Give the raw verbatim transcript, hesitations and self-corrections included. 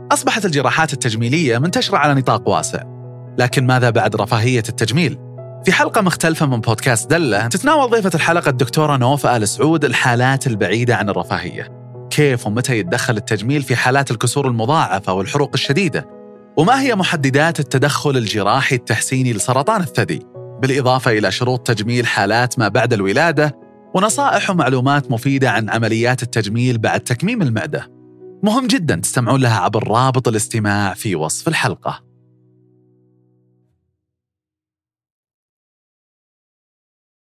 أصبحت الجراحات التجميلية منتشرة على نطاق واسع، لكن ماذا بعد رفاهية التجميل؟ في حلقة مختلفة من بودكاست دلة تتناول ضيفة الحلقة الدكتورة نوف آل سعود الحالات البعيدة عن الرفاهية، كيف ومتى يتدخل التجميل في حالات الكسور المضاعفة والحروق الشديدة، وما هي محددات التدخل الجراحي التحسيني لسرطان الثدي، بالإضافة إلى شروط تجميل حالات ما بعد الولادة، ونصائح ومعلومات مفيدة عن عمليات التجميل بعد تكميم المعدة. مهم جدا تستمعون لها عبر رابط الاستماع في وصف الحلقة.